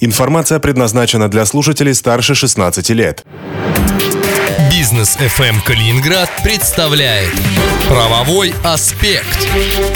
Информация предназначена для слушателей старше 16 лет. Бизнес FM Калининград представляет правовой аспект.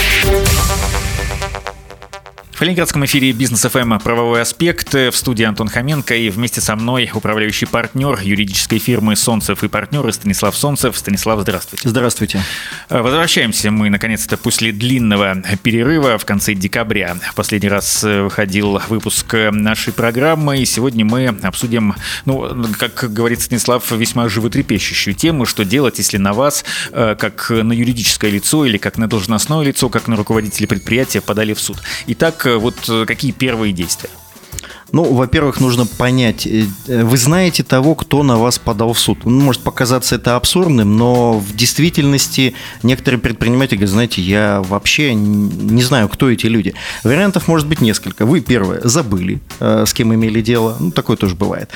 В калининградском эфире Бизнес FM «Правовой аспект». В студии Антон Хоменко и вместе со мной управляющий партнер юридической фирмы «Солнцев и партнеры» Станислав Солнцев. Станислав, здравствуйте. Здравствуйте. Возвращаемся мы, наконец-то, после длинного перерыва в конце декабря. В последний раз выходил выпуск нашей программы, и сегодня мы обсудим, как говорит Станислав, весьма животрепещущую тему, что делать, если на вас, как на юридическое лицо или как на должностное лицо, как на руководителя предприятия подали в суд. Итак, какие первые действия? Во-первых, нужно понять, вы знаете того, кто на вас подал в суд. Может показаться это абсурдным, но в действительности некоторые предприниматели говорят, знаете, я вообще не знаю, кто эти люди. Вариантов может быть несколько. Вы, первое, забыли, с кем имели дело, такое тоже бывает.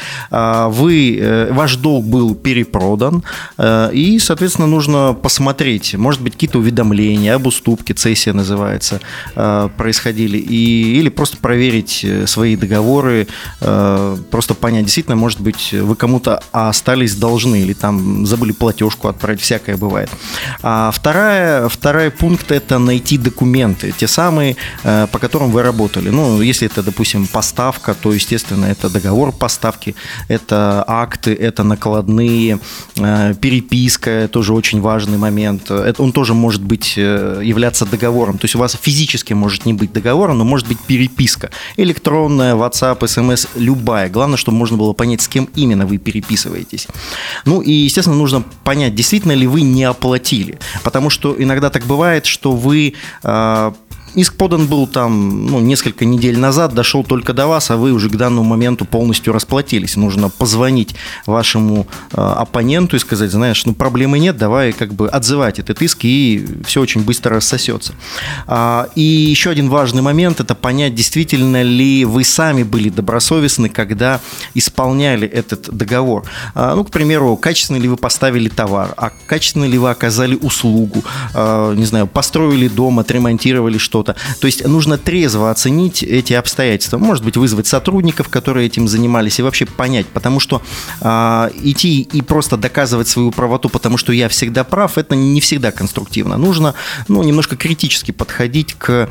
Ваш долг был перепродан, и, соответственно, нужно посмотреть, может быть, какие-то уведомления об уступке, цессия называется, происходили, или просто проверить свои договоры, просто понять, действительно, может быть, вы кому-то остались должны или там забыли платежку отправить, всякое бывает. А второй пункт – это найти документы, те самые, по которым вы работали. Если это, допустим, поставка, то, естественно, это договор поставки, это акты, это накладные, переписка, тоже очень важный момент. Он тоже может являться договором, то есть у вас физически может не быть договора, но может быть переписка электронная, WhatsApp, СМС, любая. Главное, чтобы можно было понять, с кем именно вы переписываетесь. И, естественно, нужно понять, действительно ли вы не оплатили. Потому что иногда так бывает, что вы... Иск подан был несколько недель назад, дошел только до вас, а вы уже к данному моменту полностью расплатились. Нужно позвонить вашему оппоненту и сказать, знаешь, проблемы нет, давай отзывать этот иск, и все очень быстро рассосется. И еще один важный момент – это понять, действительно ли вы сами были добросовестны, когда исполняли этот договор. К примеру, качественно ли вы поставили товар, качественно ли вы оказали услугу, построили дом, отремонтировали что-то. То есть нужно трезво оценить эти обстоятельства. Может быть, вызвать сотрудников, которые этим занимались, и вообще понять. Потому что идти и просто доказывать свою правоту, потому что я всегда прав, это не всегда конструктивно. Нужно немножко критически подходить к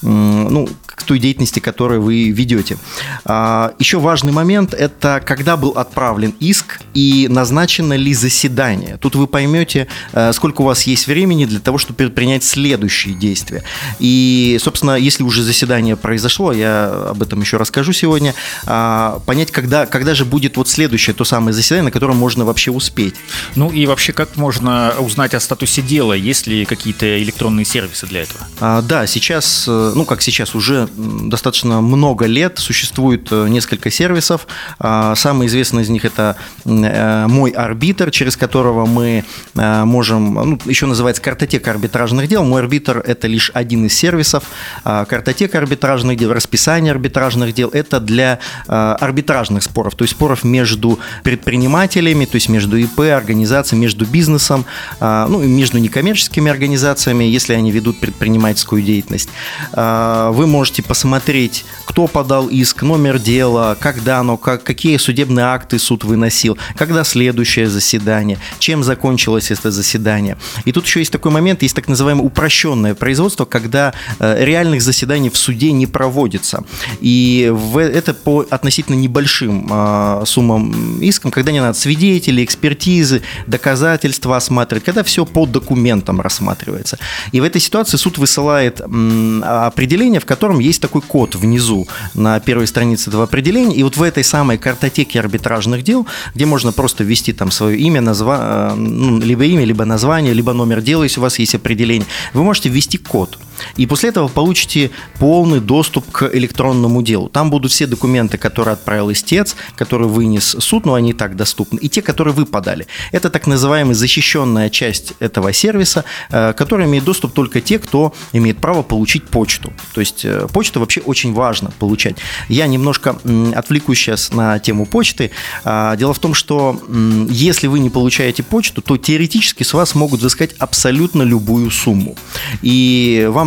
той деятельности, которую вы ведете. Еще важный момент – это когда был отправлен иск и назначено ли заседание. Тут вы поймете, сколько у вас есть времени для того, чтобы предпринять следующие действия. И, собственно, если уже заседание произошло, я об этом еще расскажу сегодня, понять, когда же будет следующее, то самое заседание, на котором можно вообще успеть. И вообще, как можно узнать о статусе дела? Есть ли какие-то электронные сервисы для этого? Да, сейчас, уже достаточно много лет существует несколько сервисов. Самый известный из них – это «Мой арбитр», через которого мы можем, еще называется картотека арбитражных дел. «Мой арбитр» – это лишь один из сервисов. Картотека арбитражных дел, расписание арбитражных дел – это для арбитражных споров, то есть споров между предпринимателями, то есть между ИП, организациями, между бизнесом, и между некоммерческими организациями, если они ведут предпринимательскую деятельность. Вы можете посмотреть, кто подал иск, номер дела, когда какие судебные акты суд выносил, когда следующее заседание, чем закончилось это заседание. И тут еще есть такой момент, есть так называемое упрощенное производство, когда реальных заседаний в суде не проводится. И это по относительно небольшим суммам иском, когда не надо свидетелей, экспертизы, доказательства осматривать, когда все по документам рассматривается. И в этой ситуации суд высылает определение, в котором есть такой код внизу на первой странице этого определения. И в этой самой картотеке арбитражных дел, где можно просто ввести свое имя, либо имя, либо название, либо номер дела, если у вас есть определение, вы можете ввести код. И после этого получите полный доступ к электронному делу. Там будут все документы, которые отправил истец, которые вынес суд, но они и так доступны, и те, которые вы подали. Это так называемая защищенная часть этого сервиса, которой имеет доступ только те, кто имеет право получить почту. То есть почту вообще очень важно получать. Я немножко отвлекусь сейчас на тему почты. Дело в том, что если вы не получаете почту, то теоретически с вас могут взыскать абсолютно любую сумму. И вам пришел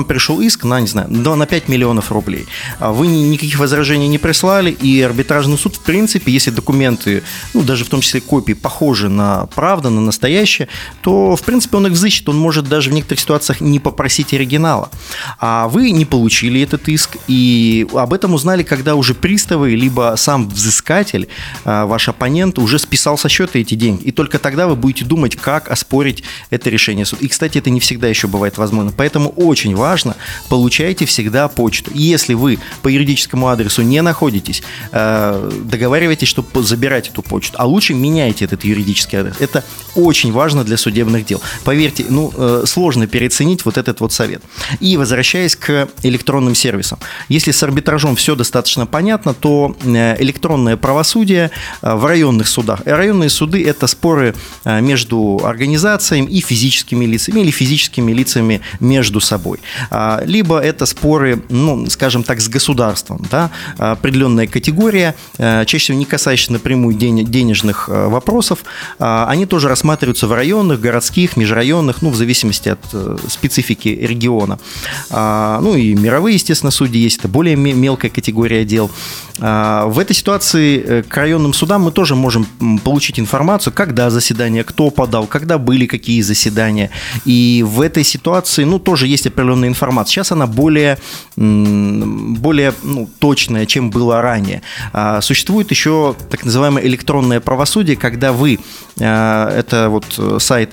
иск на, не знаю, на 5 миллионов рублей. Вы никаких возражений не прислали, и арбитражный суд, в принципе, если документы, ну, даже в том числе копии, похожи на правду, на настоящее, то, в принципе, он их взыщет, он может даже в некоторых ситуациях не попросить оригинала. А вы не получили этот иск, и об этом узнали, когда уже приставы, либо сам взыскатель, ваш оппонент, уже списал со счета эти деньги. И только тогда вы будете думать, как оспорить это решение суда. И, кстати, это не всегда еще бывает возможно. Поэтому очень важно, получайте всегда почту. И если вы по юридическому адресу не находитесь, договаривайтесь, чтобы забирать эту почту. А лучше меняйте этот юридический адрес. Это очень важно для судебных дел. Поверьте, сложно переоценить вот этот вот совет. И возвращаясь к электронным сервисам. Если с арбитражом все достаточно понятно, то электронное правосудие в районных судах. Районные суды – это споры между организациями и физическими лицами, или физическими лицами между собой. Либо это споры, скажем так, с государством. Да? Определенная категория, чаще всего не касающаяся напрямую денежных вопросов, они тоже рассматриваются в районных, городских, межрайонных, в зависимости от специфики региона. И мировые, естественно, судьи есть, это более мелкая категория дел. В этой ситуации к районным судам мы тоже можем получить информацию, когда заседания, кто подал, когда были какие заседания. И в этой ситуации, тоже есть определенная информация. Сейчас она более точная, чем было ранее. Существует еще так называемое электронное правосудие, когда вы, это вот сайт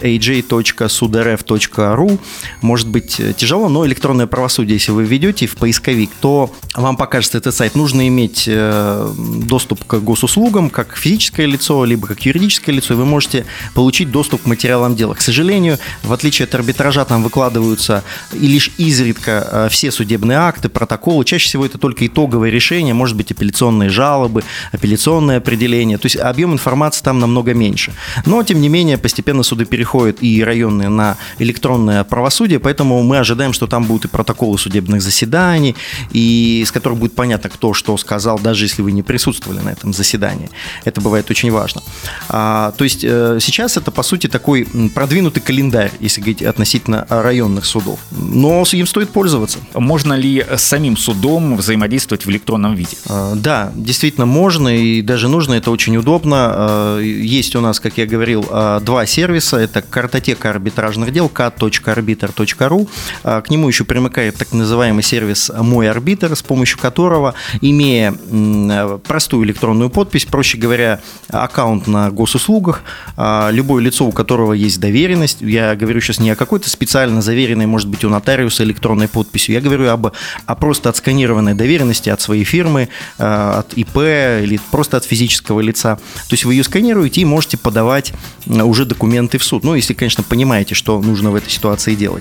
aj.sudrf.ru, может быть тяжело, но электронное правосудие, если вы введете в поисковик, то вам покажется этот сайт. Нужно иметь доступ к госуслугам, как физическое лицо, либо как юридическое лицо, и вы можете получить доступ к материалам дела. К сожалению, в отличие от арбитража, там выкладываются и лишь изредка все судебные акты, протоколы. Чаще всего это только итоговые решения, может быть, апелляционные жалобы, апелляционные определения. То есть объем информации там намного меньше. Но, тем не менее, постепенно суды переходят и районные на электронное правосудие, поэтому мы ожидаем, что там будут и протоколы судебных заседаний, и с которых будет понятно, кто что сказал, даже если вы не присутствовали на этом заседании. Это бывает очень важно. То есть сейчас это, по сути, такой продвинутый календарь, если говорить относительно районных судов. Но им стоит пользоваться. Можно ли с самим судом взаимодействовать в электронном виде? Да, действительно можно и даже нужно, это очень удобно. Есть у нас, как я говорил, два сервиса. Это картотека арбитражных дел, kat.arbiter.ru. К нему еще примыкает так называемый сервис «Мой арбитр», с помощью которого, имея простую электронную подпись, проще говоря, аккаунт на госуслугах, любое лицо, у которого есть доверенность, я говорю сейчас не о какой-то специально заверенной, может быть, у нотариуса электронной подписью, я говорю о просто отсканированной доверенности от своей фирмы, от ИП или просто от физического лица. То есть вы ее сканируете и можете подавать уже документы в суд. Если, конечно, понимаете, что нужно в этой ситуации делать.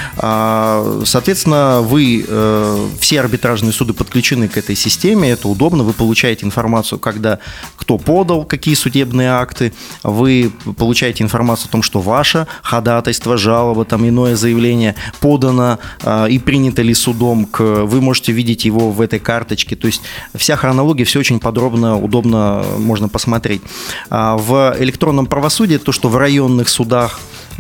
Соответственно, все арбитражные суды подключены к этой системе, это удобно, вы получаете информацию, когда кто подал, какие судебные акты, вы получаете информацию о том, что ваше ходатайство, жалоба, иное заявление подано и принято ли судом, вы можете видеть его в этой карточке, то есть вся хронология, все очень подробно, удобно можно посмотреть. В электронном правосудии то, что в районных судах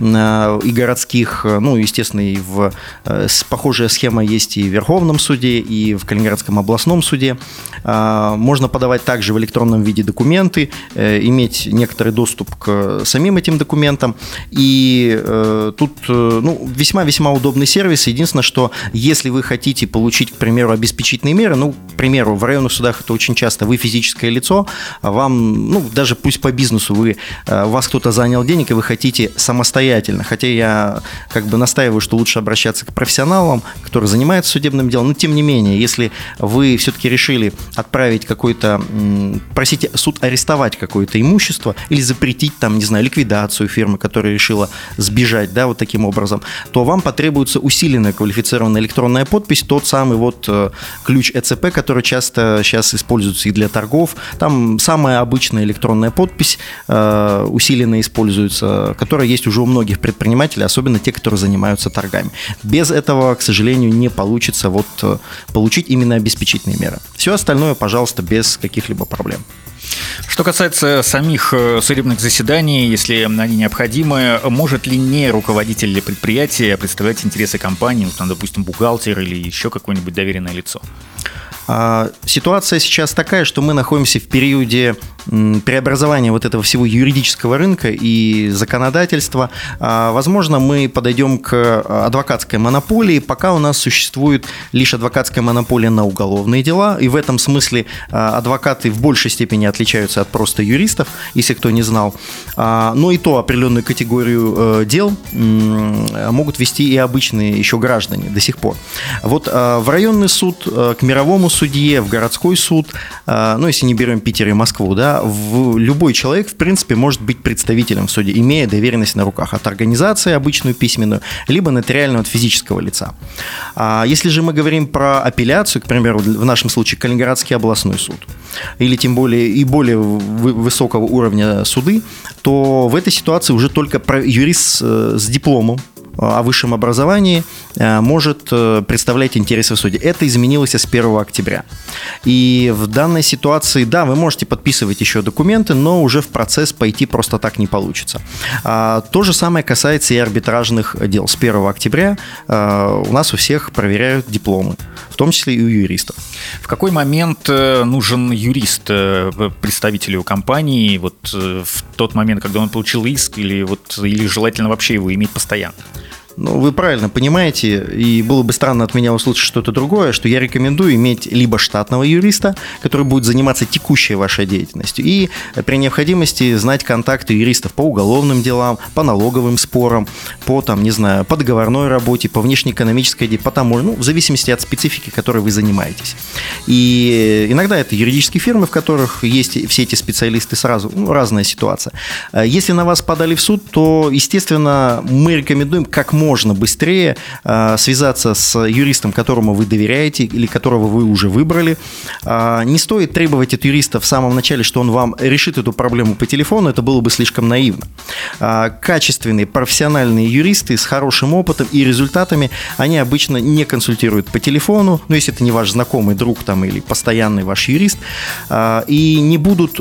и городских, естественно, и похожая схема есть и в Верховном суде, и в Калининградском областном суде. Можно подавать также в электронном виде документы, иметь некоторый доступ к самим этим документам. И тут весьма-весьма удобный сервис. Единственное, что если вы хотите получить, к примеру, обеспечительные меры, к примеру, в районных судах это очень часто, вы физическое лицо, вам, даже пусть по бизнесу, у вас кто-то занял денег, и вы хотите самостоятельно, хотя я настаиваю, что лучше обращаться к профессионалам, которые занимаются судебным делом, но тем не менее, если вы все-таки решили отправить просите суд арестовать какое-то имущество или запретить ликвидацию фирмы, которая решила сбежать, вот таким образом, то вам потребуется усиленная квалифицированная электронная подпись, тот самый ключ ЭЦП, который часто сейчас используется и для торгов. Там самая обычная электронная подпись усиленно используется, которая есть уже у многих предпринимателей, особенно те, которые занимаются торгами. Без этого, к сожалению, не получится получить именно обеспечительные меры. Все остальное, пожалуйста, без каких-либо проблем. Что касается самих судебных заседаний, если они необходимы, может ли не руководитель предприятия представлять интересы компании, ну, там, допустим, бухгалтер или еще какое-нибудь доверенное лицо? Ситуация сейчас такая, что мы находимся в периоде преобразования вот этого всего юридического рынка и законодательства. Возможно, мы подойдем к адвокатской монополии, пока у нас существует лишь адвокатская монополия на уголовные дела, и в этом смысле адвокаты в большей степени отличаются от просто юристов, если кто не знал. Но и то определенную категорию дел могут вести и обычные еще граждане до сих пор. Вот в районный суд, к мировому судье, в городской суд, ну, если не берем Питер и Москву, да, любой человек, в принципе, может быть представителем в суде, имея доверенность на руках от организации обычную письменную, либо нотариальную от физического лица. Если же мы говорим про апелляцию, к примеру, в нашем случае Калининградский областной суд, или тем более и более высокого уровня суды, то в этой ситуации уже только юрист с дипломом о высшем образовании может представлять интересы в суде. Это изменилось с 1 октября. И в данной ситуации, да, вы можете подписывать еще документы, но уже в процесс пойти просто так не получится. То же самое касается и арбитражных дел. С 1 октября у нас у всех проверяют дипломы, в том числе и у юристов. В какой момент нужен юрист представителю компании, вот в тот момент, когда он получил иск, или желательно вообще его иметь постоянно? Ну, вы правильно понимаете, и было бы странно от меня услышать что-то другое, что я рекомендую иметь либо штатного юриста, который будет заниматься текущей вашей деятельностью, и при необходимости знать контакты юристов по уголовным делам, по налоговым спорам, по, там, не знаю, по договорной работе, по внешнеэкономической деятельности, по таможне, ну, в зависимости от специфики, которой вы занимаетесь. И иногда это юридические фирмы, в которых есть все эти специалисты сразу, ну, разная ситуация. Если на вас подали в суд, то, естественно, мы рекомендуем как можно быстрее связаться с юристом, которому вы доверяете или которого вы уже выбрали. Не стоит требовать от юриста в самом начале, что он вам решит эту проблему по телефону, это было бы слишком наивно. Качественные, профессиональные юристы с хорошим опытом и результатами, они обычно не консультируют по телефону, ну, если это не ваш знакомый друг там, или постоянный ваш юрист, и не будут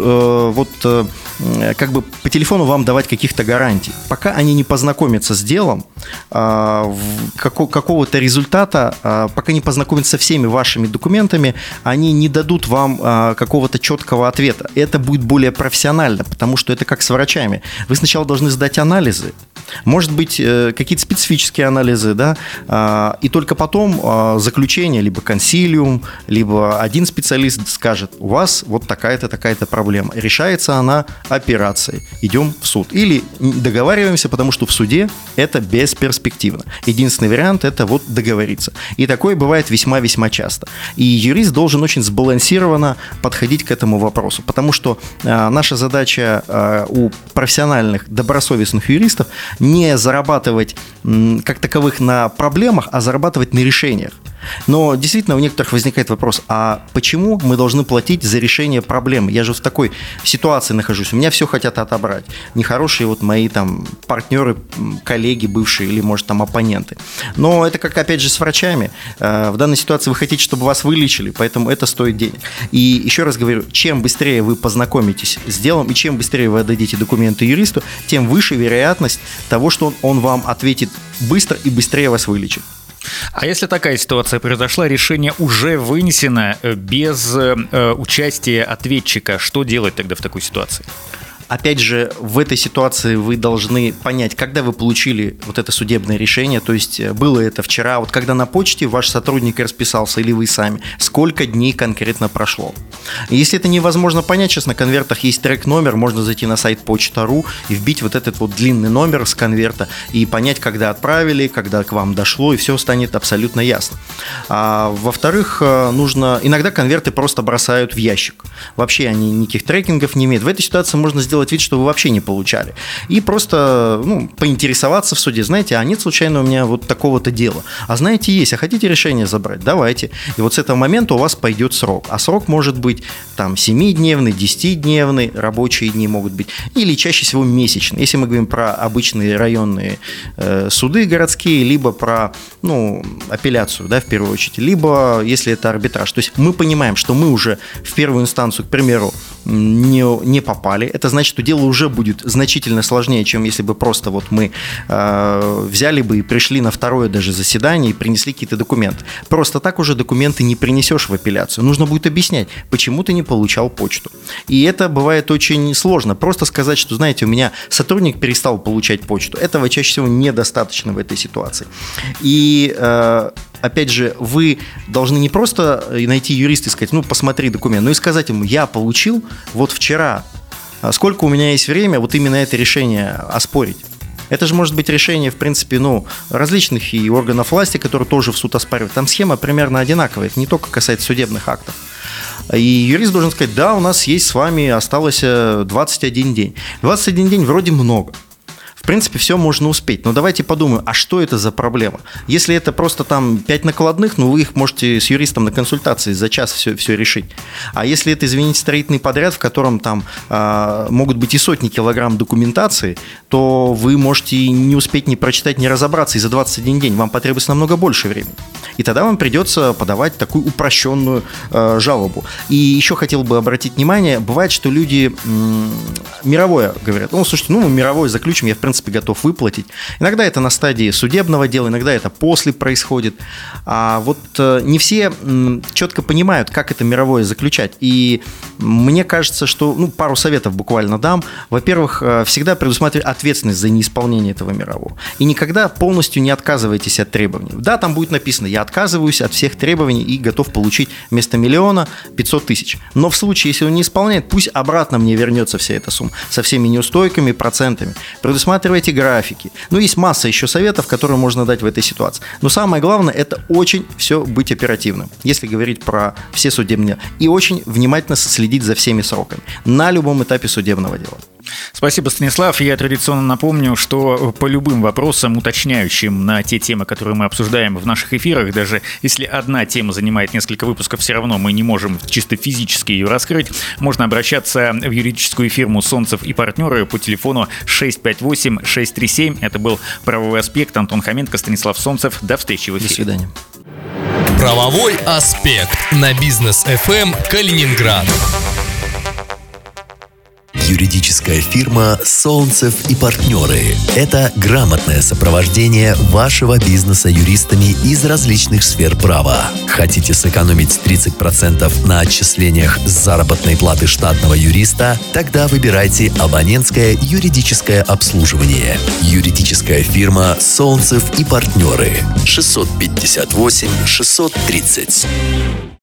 как бы по телефону вам давать каких-то гарантий. Пока они не познакомятся с делом, какого-то результата, пока не познакомятся со всеми вашими документами, они не дадут вам какого-то четкого ответа. Это будет более профессионально, потому что это как с врачами. Вы сначала должны сдать анализы, может быть, какие-то специфические анализы, да, и только потом заключение, либо консилиум, либо один специалист скажет: у вас вот такая-то, такая-то проблема. Решается она операцией. Идем в суд. Или договариваемся, потому что в суде это бесперспективно. Единственный вариант – это вот договориться. И такое бывает весьма-весьма часто. И юрист должен очень сбалансированно подходить к этому вопросу, потому что наша задача у профессиональных, добросовестных юристов не зарабатывать как таковых на проблемах, а зарабатывать на решениях. Но действительно у некоторых возникает вопрос: а почему мы должны платить за решение проблемы? Я же в такой ситуации нахожусь, у меня все хотят отобрать. Нехорошие вот мои там партнеры, коллеги бывшие или, может, там оппоненты. Но это как, опять же, с врачами. В данной ситуации вы хотите, чтобы вас вылечили, поэтому это стоит денег. И еще раз говорю, чем быстрее вы познакомитесь с делом и чем быстрее вы отдадите документы юристу, тем выше вероятность того, что он вам ответит быстро и быстрее вас вылечит. А если такая ситуация произошла, решение уже вынесено без участия ответчика, что делать тогда в такой ситуации? Опять же, в этой ситуации вы должны понять, когда вы получили вот это судебное решение, то есть было это вчера, вот когда на почте ваш сотрудник расписался или вы сами, сколько дней конкретно прошло. И если это невозможно понять, сейчас на конвертах есть трек-номер, можно зайти на сайт почта.ру и вбить вот этот вот длинный номер с конверта и понять, когда отправили, когда к вам дошло, и все станет абсолютно ясно. Во-вторых, иногда конверты просто бросают в ящик. Вообще они никаких трекингов не имеют. В этой ситуации можно сделать вид, что вы вообще не получали. И просто поинтересоваться в суде: знаете, а нет случайно у меня вот такого-то дела? А знаете, есть, а хотите решение забрать? Давайте. И вот с этого момента у вас пойдет срок. А срок может быть там 7-дневный, 10-дневный, рабочие дни могут быть, или чаще всего месячный. Если мы говорим про обычные районные суды городские, либо про апелляцию, да, в первую очередь, либо если это арбитраж. То есть мы понимаем, что мы уже в первую инстанцию, к примеру, не попали. Это значит, что дело уже будет значительно сложнее, чем если бы просто вот мы взяли бы и пришли на второе даже заседание и принесли какие-то документы. Просто так уже документы не принесешь в апелляцию. Нужно будет объяснять, почему ты не получал почту. И это бывает очень сложно. Просто сказать, что, знаете, у меня сотрудник перестал получать почту. Этого чаще всего недостаточно в этой ситуации. И опять же, вы должны не просто найти юриста и сказать, посмотри документ, но и сказать ему, я получил вот вчера, сколько у меня есть время вот именно это решение оспорить. Это же может быть решение, в принципе, различных и органов власти, которые тоже в суд оспаривают. Там схема примерно одинаковая, это не только касается судебных актов. И юрист должен сказать, да, у нас есть с вами, осталось 21 день. 21 день вроде много. В принципе, все можно успеть. Но давайте подумаем, а что это за проблема? Если это просто там 5 накладных, вы их можете с юристом на консультации за час все решить. А если это, извините, строительный подряд, в котором там могут быть и сотни килограмм документации, то вы можете не успеть ни прочитать, ни разобраться, и за 21 день вам потребуется намного больше времени. И тогда вам придется подавать такую упрощенную жалобу. И еще хотел бы обратить внимание, бывает, что люди мировое говорят, слушайте, мы мировое заключим, я в принципе готов выплатить. Иногда это на стадии судебного дела, иногда это после происходит. А вот не все четко понимают, как это мировое заключать. И мне кажется, что, пару советов буквально дам. Во-первых, всегда предусматривать ответственность за неисполнение этого мирового. И никогда полностью не отказывайтесь от требований. Да, там будет написано, я отказываюсь от всех требований и готов получить вместо 1 500 000. Но в случае, если он не исполняет, пусть обратно мне вернется вся эта сумма со всеми неустойками, процентами. Предусматривайте графики. Есть масса еще советов, которые можно дать в этой ситуации. Но самое главное, это очень все быть оперативным, если говорить про все судебные. И очень внимательно следить за всеми сроками на любом этапе судебного дела. Спасибо, Станислав. Я традиционно напомню, что по любым вопросам, уточняющим на те темы, которые мы обсуждаем в наших эфирах, даже если одна тема занимает несколько выпусков, все равно мы не можем чисто физически ее раскрыть, можно обращаться в юридическую фирму «Солнцев и партнеры» по телефону 658-637. Это был «Правовой аспект». Антон Хоменко, Станислав Солнцев. До встречи в эфире. До свидания. Правовой аспект на Бизнес ФМ Калининград. Юридическая фирма «Солнцев и партнеры» – это грамотное сопровождение вашего бизнеса юристами из различных сфер права. Хотите сэкономить 30% на отчислениях с заработной платы штатного юриста? Тогда выбирайте абонентское юридическое обслуживание. Юридическая фирма «Солнцев и партнеры» 658 630.